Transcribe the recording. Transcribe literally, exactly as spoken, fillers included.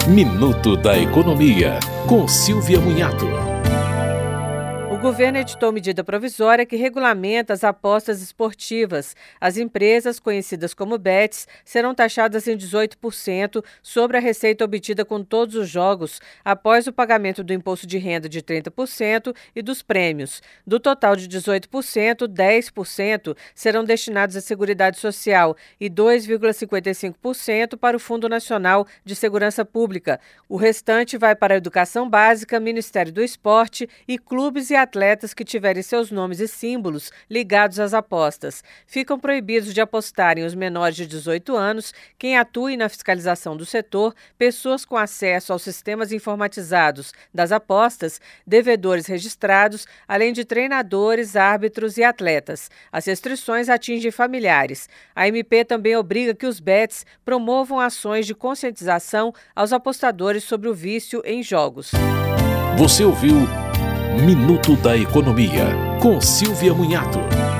Minuto da Economia, com Silvia Munhato. O governo editou medida provisória que regulamenta as apostas esportivas. As empresas, conhecidas como bets, serão taxadas em dezoito por cento sobre a receita obtida com todos os jogos, após o pagamento do imposto de renda de trinta por cento e dos prêmios. Do total de dezoito por cento, dez por cento serão destinados à Seguridade Social e dois vírgula cinquenta e cinco por cento para o Fundo Nacional de Segurança Pública. O restante vai para a Educação Básica, Ministério do Esporte e clubes e atletas que tiverem seus nomes e símbolos ligados às apostas. Ficam proibidos de apostarem os menores de dezoito anos, quem atue na fiscalização do setor, pessoas com acesso aos sistemas informatizados das apostas, devedores registrados, além de treinadores, árbitros e atletas. As restrições atingem familiares. A M P também obriga que os bets promovam ações de conscientização aos apostadores sobre o vício em jogos. Você ouviu Minuto da Economia, com Silvia Munhato.